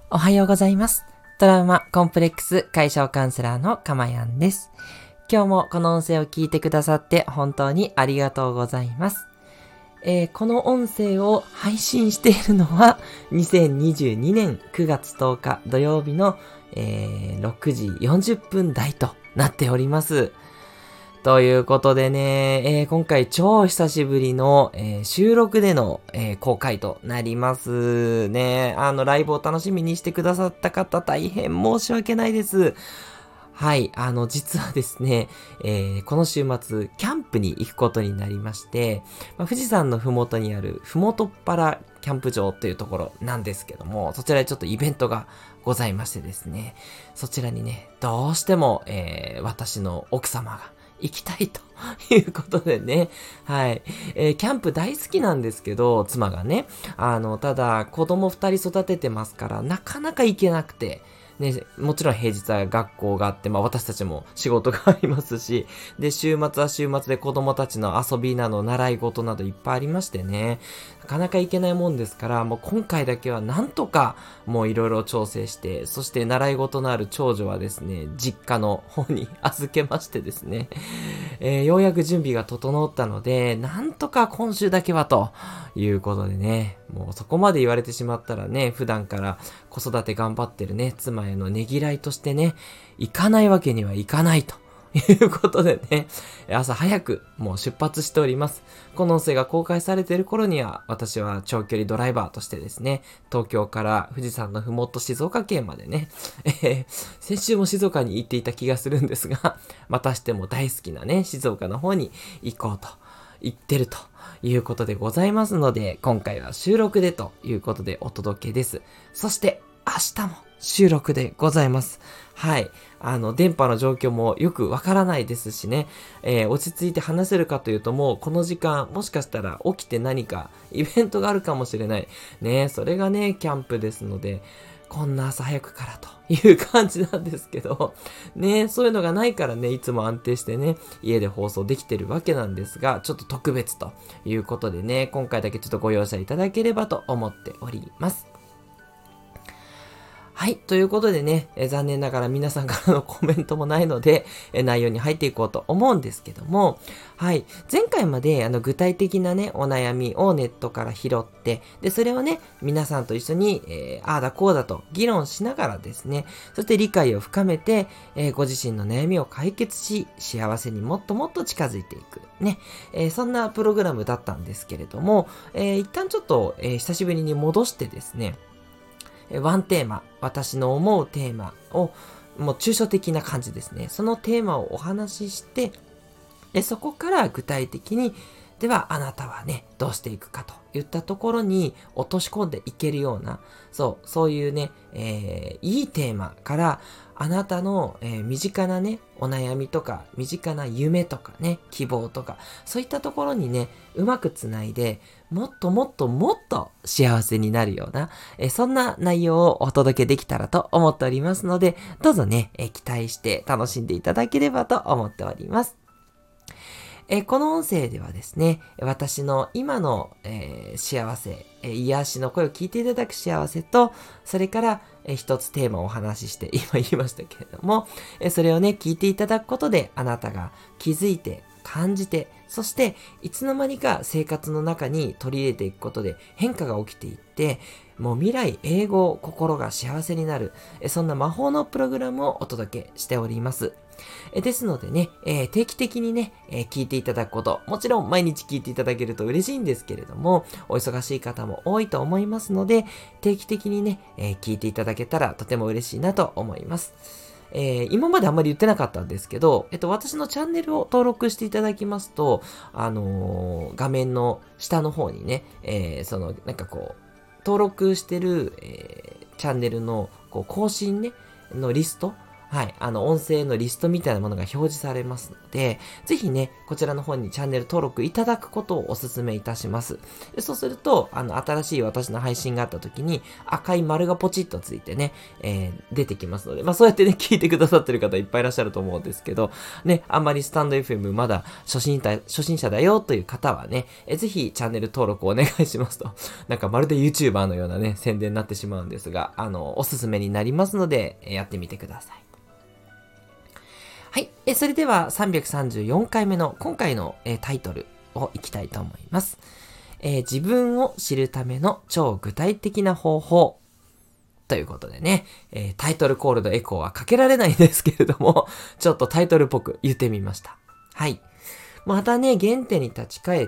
おはようございます。トラウマコンプレックス解消カウンセラーのかまやんです。今日もこの音声を聞いてくださって本当にありがとうございます。この音声を配信しているのは2022年9月10日土曜日の、6時40分台となっております。ということでね、今回超久しぶりの、収録での、公開となりますね。ライブを楽しみにしてくださった方大変申し訳ないです。はい、実はですね、この週末、キャンプに行くことになりまして、富士山のふもとにあるふもとっぱらキャンプ場というところなんですけども、そちらでちょっとイベントがございましてですね、そちらにね、どうしても、私の奥様が行きたいということでね。はい。キャンプ大好きなんですけど、妻がね。ただ、子供二人育ててますから、なかなか行けなくて。ね、もちろん平日は学校があって、私たちも仕事がありますし、で、週末は週末で子供たちの遊びなど、習い事などいっぱいありましてね。なかなか行けないもんですから、もう今回だけはなんとか、もういろいろ調整して、そして習い事のある長女はですね、実家の方に預けましてですね、ようやく準備が整ったので、なんとか今週だけはということでね、もうそこまで言われてしまったらね、普段から子育て頑張ってるね、妻へのねぎらいとしてね、行かないわけにはいかないと。いうことでね、朝早くもう出発しております。この音声が公開されている頃には、私は長距離ドライバーとしてですね、東京から富士山のふもと静岡県までね、先週も静岡に行っていた気がするんですが、またしても大好きなね、静岡の方に行こうと言ってるということでございますので、今回は収録でということでお届けです。そして明日も収録でございます。はい。電波の状況もよくわからないですしね、落ち着いて話せるかというともうこの時間、もしかしたら起きて何かイベントがあるかもしれない。ね、それがね、キャンプですので、こんな朝早くからという感じなんですけど、ね、そういうのがないからね、いつも安定してね、家で放送できてるわけなんですが、ちょっと特別ということでね、今回だけちょっとご容赦いただければと思っております。はい。ということでね、残念ながら皆さんからのコメントもないので、内容に入っていこうと思うんですけども、はい。前回まで具体的なね、お悩みをネットから拾って、で、それをね、皆さんと一緒に、ああだこうだと議論しながらですね、そして理解を深めて、ご自身の悩みを解決し、幸せにもっともっと近づいていく。ね。そんなプログラムだったんですけれども、一旦ちょっと、久しぶりに戻してですね、ワンテーマ、私の思うテーマを、もう抽象的な感じですね。そのテーマをお話しして、で、そこから具体的に、ではあなたはね、どうしていくかといったところに落とし込んでいけるような、そういうね、いいテーマから、あなたの、身近なね、お悩みとか、身近な夢とかね、希望とか、そういったところにね、うまくつないで、もっともっともっと幸せになるような、そんな内容をお届けできたらと思っておりますので、どうぞね、期待して楽しんでいただければと思っております。この音声ではですね、私の今の、幸せ、癒しの声を聞いていただく幸せと、それから、一つテーマをお話しして、今言いましたけれども、それをね、聞いていただくことで、あなたが気づいて、感じて、そして、いつの間にか生活の中に取り入れていくことで変化が起きていって、もう未来永劫心が幸せになる、そんな魔法のプログラムをお届けしております。ですのでね、定期的にね、聞いていただくこと、もちろん毎日聞いていただけると嬉しいんですけれども、お忙しい方も多いと思いますので、定期的にね、聞いていただけたらとても嬉しいなと思います。今まであんまり言ってなかったんですけど、私のチャンネルを登録していただきますと、画面の下の方にね、登録してる、チャンネルの更新ね、のリスト、 はい、音声のリストみたいなものが表示されますので、ぜひね、こちらの方にチャンネル登録いただくことをお勧めいたします。でそうすると、新しい私の配信があった時に、赤い丸がポチッとついてね、出てきますので、そうやってね、聞いてくださってる方いっぱいいらっしゃると思うんですけど、ね、あんまりスタンド FM まだ初心者だよという方はね、ぜひチャンネル登録お願いしますと。なんかまるで YouTuber のようなね、宣伝になってしまうんですが、おすすめになりますので、やってみてください。はい。それでは334回目の今回の、タイトルをいきたいと思います。自分を知るための超具体的な方法ということでね、タイトルコールのエコーはかけられないんですけれども、ちょっとタイトルっぽく言ってみました。はい。またね、原点に立ち返って、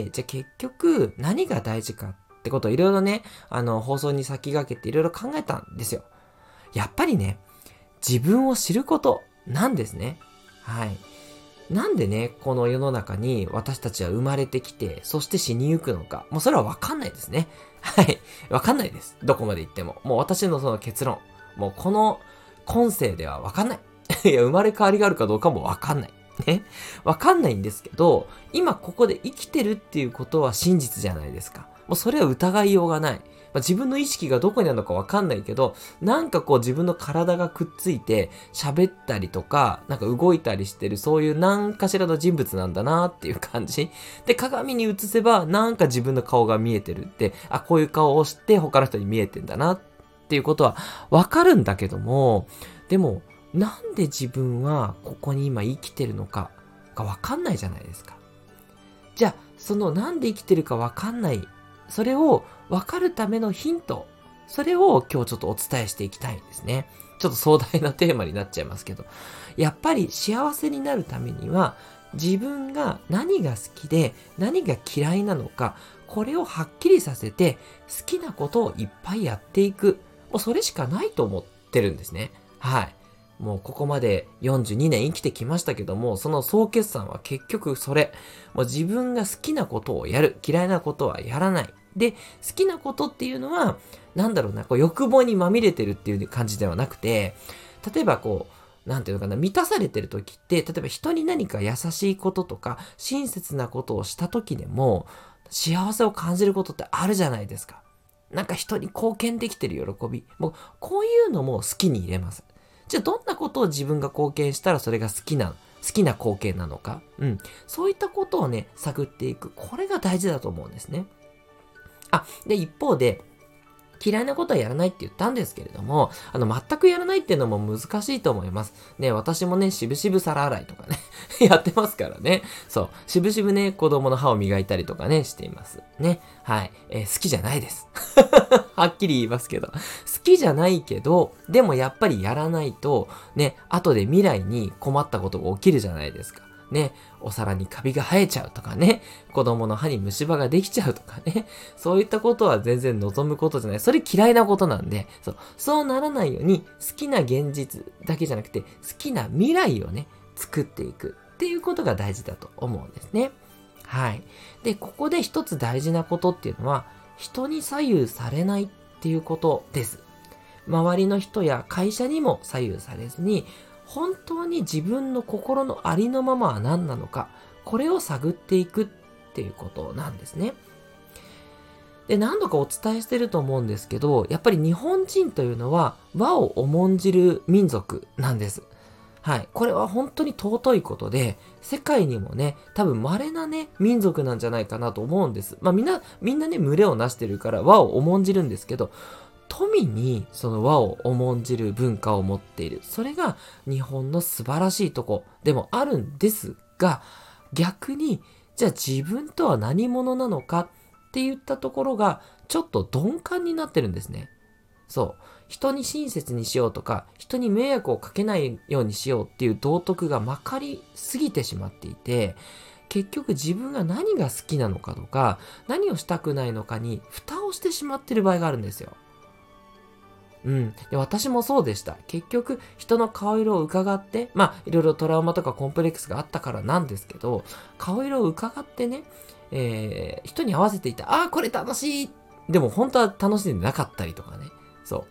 じゃあ結局何が大事かってことをいろいろね、放送に先駆けていろいろ考えたんですよ。やっぱりね、自分を知ることなんですね。はい。なんでね、この世の中に私たちは生まれてきて、そして死にゆくのか。もうそれはわかんないですね。はい。わかんないです。どこまで行っても。もう私のその結論。もうこの今世ではわかんない。いや、生まれ変わりがあるかどうかもわかんない。ね。わかんないんですけど、今ここで生きてるっていうことは真実じゃないですか。もうそれは疑いようがない。自分の意識がどこにあるのかわかんないけど、なんかこう自分の体がくっついて喋ったりとか、なんか動いたりしてる、そういう何かしらの人物なんだなっていう感じ。で、鏡に映せばなんか自分の顔が見えてるって、あ、こういう顔をして他の人に見えてんだなっていうことはわかるんだけども、でも、なんで自分はここに今生きてるのかがわかんないじゃないですか。じゃあ、そのなんで生きてるかわかんない、それをわかるためのヒント、それを今日ちょっとお伝えしていきたいんですね。ちょっと壮大なテーマになっちゃいますけど。やっぱり幸せになるためには、自分が何が好きで何が嫌いなのか、これをはっきりさせて、好きなことをいっぱいやっていく。もうそれしかないと思ってるんですね。はい。もうここまで42年生きてきましたけども、その総決算は結局それ。もう自分が好きなことをやる。嫌いなことはやらない。で、好きなことっていうのは、なんだろうな、こう欲望にまみれてるっていう感じではなくて、例えばこう、なんていうのかな、満たされてる時って、例えば人に何か優しいこととか、親切なことをした時でも、幸せを感じることってあるじゃないですか。なんか人に貢献できてる喜び。もう、こういうのも好きに入れます。じゃあどんなことを自分が貢献したらそれが好きな貢献なのか。そういったことをね、探っていく。これが大事だと思うんですね。で、一方で、嫌いなことはやらないって言ったんですけれども、全くやらないっていうのも難しいと思います。ね、私もね、しぶしぶ皿洗いとかね、やってますからね。そう、しぶしぶね、子供の歯を磨いたりとかね、しています。ね、はい。好きじゃないです。はっきり言いますけど。好きじゃないけど、でもやっぱりやらないと、ね、後で未来に困ったことが起きるじゃないですか。ね、お皿にカビが生えちゃうとかね、子供の歯に虫歯ができちゃうとかね、そういったことは全然望むことじゃない。それ嫌いなことなんで、そうならないように好きな現実だけじゃなくて、好きな未来をね、作っていくっていうことが大事だと思うんですね。はい。で、ここで一つ大事なことっていうのは、人に左右されないっていうことです。周りの人や会社にも左右されずに、本当に自分の心のありのままは何なのか、これを探っていくっていうことなんですね。で、何度かお伝えしてると思うんですけど、やっぱり日本人というのは和を重んじる民族なんです。はい。これは本当に尊いことで、世界にもね、多分稀なね、民族なんじゃないかなと思うんです。みんなね、群れをなしてるから和を重んじるんですけど、富にその和を重んじる文化を持っている。それが日本の素晴らしいとこでもあるんですが、逆に、じゃあ自分とは何者なのかって言ったところが、ちょっと鈍感になってるんですね。そう。人に親切にしようとか、人に迷惑をかけないようにしようっていう道徳がまかりすぎてしまっていて、結局自分が何が好きなのかとか、何をしたくないのかに蓋をしてしまってる場合があるんですよ。で、私もそうでした。結局、人の顔色を伺って、いろいろトラウマとかコンプレックスがあったからなんですけど、顔色を伺ってね、人に合わせていた。これ楽しい。でも本当は楽しんでなかったりとかね。そう。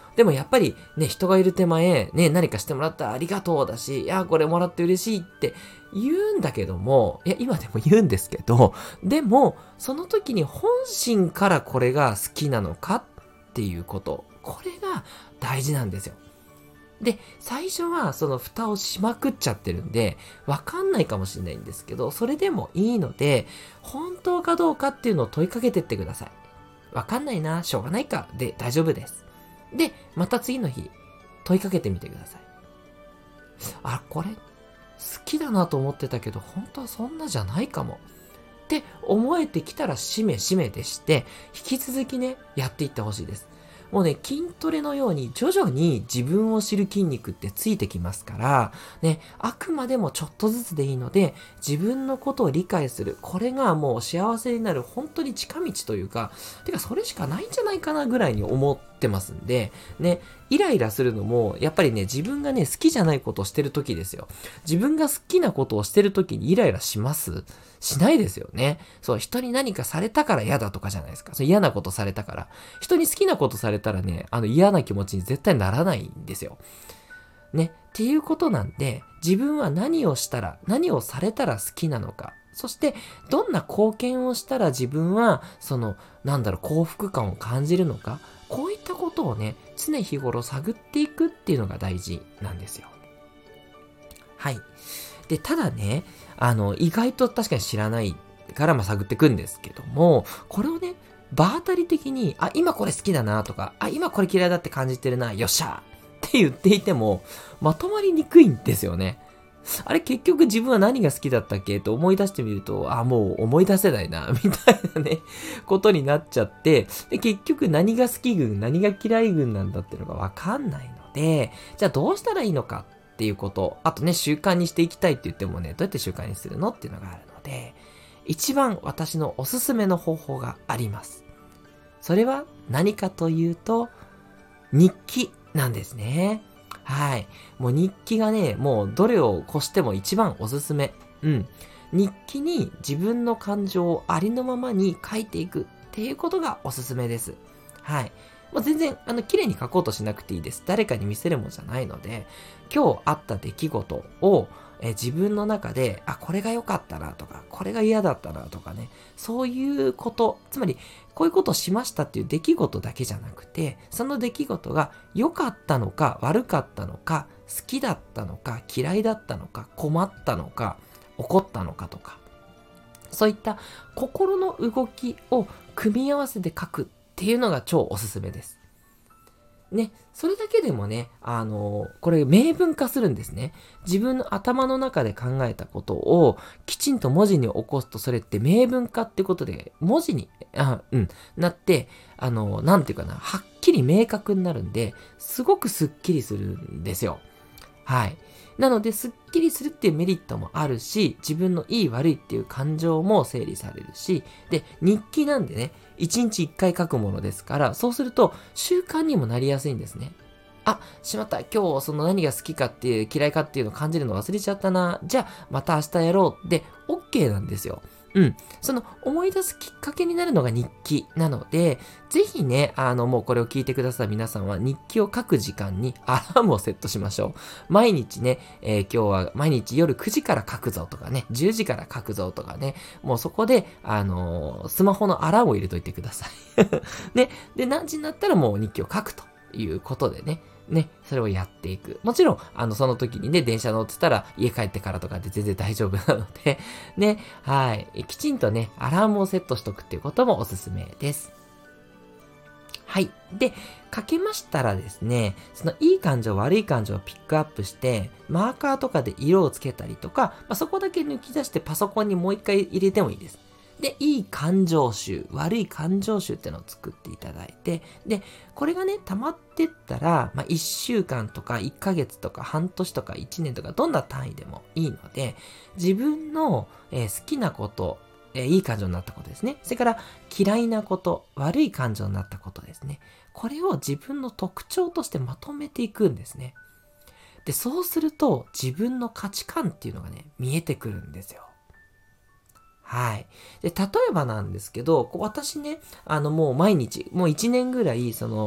でもやっぱりね、人がいる手前、ね、何かしてもらったらありがとうだし、いや、これもらって嬉しいって言うんだけども、いや、今でも言うんですけど、でも、その時に本心からこれが好きなのかっていうこと、これが大事なんですよ。で、最初はその蓋をしまくっちゃってるんで、わかんないかもしれないんですけど、それでもいいので、本当かどうかっていうのを問いかけてってください。わかんないな、しょうがないか、で大丈夫です。で、また次の日、問いかけてみてください。あ、これ、好きだなと思ってたけど、本当はそんなじゃないかも。って思えてきたら、しめしめでして、引き続きね、やっていってほしいです。もうね、筋トレのように徐々に自分を知る筋肉ってついてきますから、ね、あくまでもちょっとずつでいいので、自分のことを理解する。これがもう幸せになる本当に近道というか、てかそれしかないんじゃないかなぐらいに思ってますんで、ね、イライラするのも、やっぱりね、自分がね、好きじゃないことをしてる時ですよ。自分が好きなことをしてる時にイライラししないですよね。そう、人に何かされたから嫌だとかじゃないですか。そう、嫌なことされたから。人に好きなことされたらね、嫌な気持ちに絶対ならないんですよ。ね。っていうことなんで、自分は何をしたら、何をされたら好きなのか。そして、どんな貢献をしたら自分は、幸福感を感じるのか。こういったことをね、常日頃探っていくっていうのが大事なんですよ。はい。で、ただね、意外と確かに知らないから、探っていくんですけども、これをね、場当たり的に、あ、今これ好きだなとか、あ、今これ嫌いだって感じてるな、よっしゃって言っていても、まとまりにくいんですよね。あれ結局自分は何が好きだったっけと思い出してみると、あ、もう思い出せないな、みたいなね、ことになっちゃって、で、結局何が好き軍、何が嫌い軍なんだっていうのがわかんないので、じゃあどうしたらいいのかっていうこと、あとね、習慣にしていきたいって言ってもね、どうやって習慣にするのっていうのがあるので、一番私のおすすめの方法があります。それは何かというと、日記なんですね。はい。もう日記がね、もうどれを越しても一番おすすめ。うん。日記に自分の感情をありのままに書いていくっていうことがおすすめです。はい。もう全然、綺麗に書こうとしなくていいです。誰かに見せるもんじゃないので、今日あった出来事を、自分の中で、あ、これが良かったなとか、これが嫌だったなとかね、そういうこと、つまり、こういうことをしましたっていう出来事だけじゃなくて、その出来事が良かったのか悪かったのか、好きだったのか嫌いだったのか、困ったのか、怒ったのかとか、そういった心の動きを組み合わせて書くっていうのが超おすすめです。ね、それだけでもね、これ明文化するんですね。自分の頭の中で考えたことをきちんと文字に起こすと、それって明文化ってことで、文字に、なって、なんていうかな、はっきり明確になるんで、すごくスッキリするんですよ。はい。なので、スッキリするっていうメリットもあるし、自分のいい悪いっていう感情も整理されるし、で、日記なんでね、1日1回書くものですから、そうすると習慣にもなりやすいんですね。あ、しまった。今日その何が好きかっていう嫌いかっていうのを感じるの忘れちゃったな。じゃあまた明日やろうで OK なんですよ。うん。その思い出すきっかけになるのが日記なので、ぜひね、もうこれを聞いてくださる皆さんは日記を書く時間にアラームをセットしましょう。毎日ね、今日は毎日夜9時から書くぞとかね、10時から書くぞとかね、もうそこで、スマホのアラームを入れといてください。ね。で、何時になったらもう日記を書くということでね、それをやっていく。もちろん、その時にね、電車乗ってたら家帰ってからとかで全然大丈夫なので、ね、はい。きちんとね、アラームをセットしとくっていうこともおすすめです。はい。で、書けましたらですね、そのいい感情、悪い感情をピックアップして、マーカーとかで色をつけたりとか、そこだけ抜き出してパソコンにもう一回入れてもいいです。で、いい感情集、悪い感情集ってのを作っていただいて、で、これがね、溜まってったら、1週間とか1ヶ月とか半年とか1年とかどんな単位でもいいので、自分の、好きなこと、いい感情になったことですね。それから嫌いなこと、悪い感情になったことですね。これを自分の特徴としてまとめていくんですね。で、そうすると自分の価値観っていうのがね、見えてくるんですよ。はい。で、例えばなんですけど、私ね、もう毎日、もう1年ぐらい、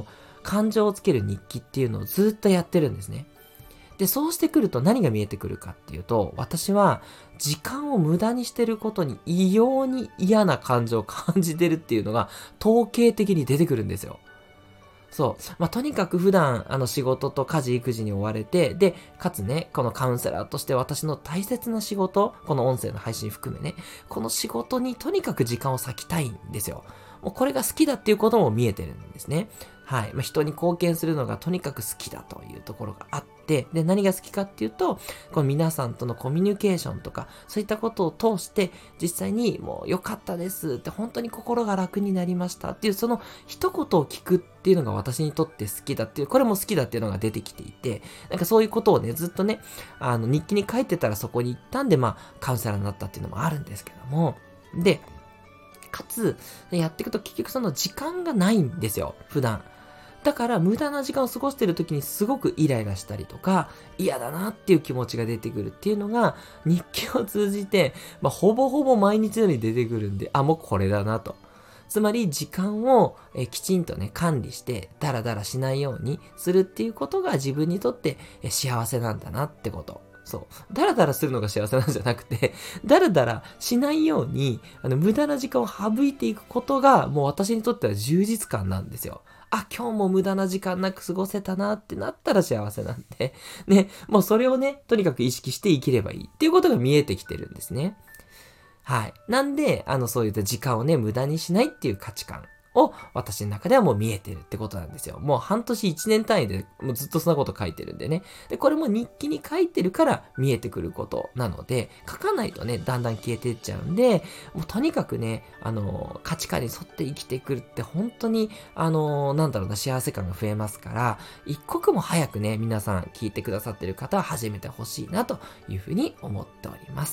感情をつける日記っていうのをずっとやってるんですね。で、そうしてくると何が見えてくるかっていうと、私は時間を無駄にしてることに異様に嫌な感情を感じてるっていうのが統計的に出てくるんですよ。そう。とにかく普段、仕事と家事、育児に追われて、で、かつね、このカウンセラーとして私の大切な仕事、この音声の配信含めね、この仕事にとにかく時間を割きたいんですよ。もうこれが好きだっていうことも見えてるんですね。はい。人に貢献するのがとにかく好きだというところがあって、で、何が好きかっていうと、この皆さんとのコミュニケーションとか、そういったことを通して、実際にもう良かったですって、本当に心が楽になりましたっていう、その一言を聞くっていうのが私にとって好きだっていう、これも好きだっていうのが出てきていて、なんかそういうことをね、ずっとね、日記に書いてたらそこに行ったんで、カウンセラーになったっていうのもあるんですけども、で、かつ、やっていくと結局その時間がないんですよ、普段。だから無駄な時間を過ごしている時にすごくイライラしたりとか、嫌だなっていう気持ちが出てくるっていうのが、日記を通じて、ほぼほぼ毎日のように出てくるんで、もうこれだなと。つまり時間をきちんとね、管理して、ダラダラしないようにするっていうことが自分にとって幸せなんだなってこと。そう。ダラダラするのが幸せなんじゃなくて、ダラダラしないように、無駄な時間を省いていくことが、もう私にとっては充実感なんですよ。今日も無駄な時間なく過ごせたなってなったら幸せなんで、ね、もうそれをね、とにかく意識して生きればいいっていうことが見えてきてるんですね。はい。なんで、そういった時間をね、無駄にしないっていう価値観を私の中ではもう見えてるってことなんですよ。もう半年1年単位でもうずっとそんなこと書いてるんでね。で、これも日記に書いてるから見えてくることなので、書かないとね、だんだん消えていっちゃうんで、もうとにかくね、価値観に沿って生きてくるって本当に、幸せ感が増えますから、一刻も早くね、皆さん聞いてくださってる方は始めてほしいなというふうに思っております。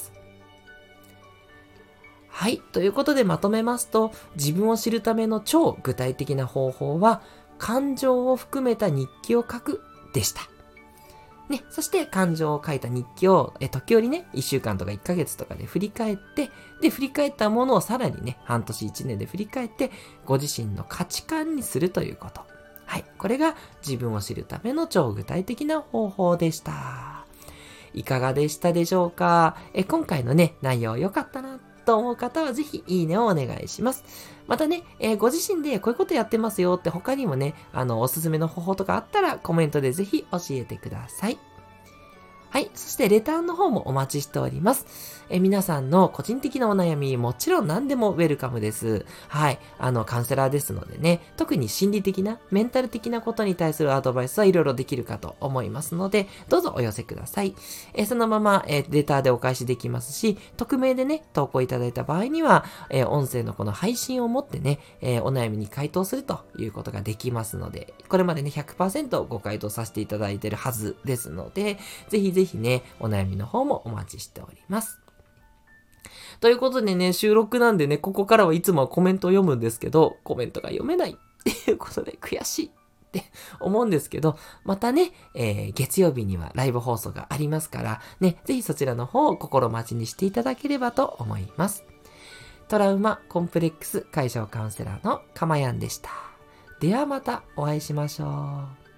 はい。ということでまとめますと、自分を知るための超具体的な方法は、感情を含めた日記を書くでした。ね。そして感情を書いた日記を、時折ね、1週間とか1ヶ月とかで振り返って、で、振り返ったものをさらにね、半年1年で振り返って、ご自身の価値観にするということ。はい。これが自分を知るための超具体的な方法でした。いかがでしたでしょうか？今回のね、内容良かったなと思う方はぜひいいねをお願いします。またね、ご自身でこういうことやってますよって他にもね、おすすめの方法とかあったらコメントでぜひ教えてください。はい。そしてレターの方もお待ちしております。皆さんの個人的なお悩み、もちろん何でもウェルカムです。はい。カウンセラーですのでね、特に心理的な、メンタル的なことに対するアドバイスはいろいろできるかと思いますので、どうぞお寄せください。そのまま、レターでお返しできますし、匿名でね、投稿いただいた場合には、音声のこの配信をもってね、お悩みに回答するということができますので、これまでね、100% ご回答させていただいているはずですので、ぜひぜひね、お悩みの方もお待ちしております。ということでね、収録なんでね、ここからはいつもはコメントを読むんですけど、コメントが読めないっていうことで悔しいって思うんですけど、またね、月曜日にはライブ放送がありますから、ね、ぜひそちらの方を心待ちにしていただければと思います。トラウマコンプレックス解消カウンセラーのかまやんでした。ではまたお会いしましょう。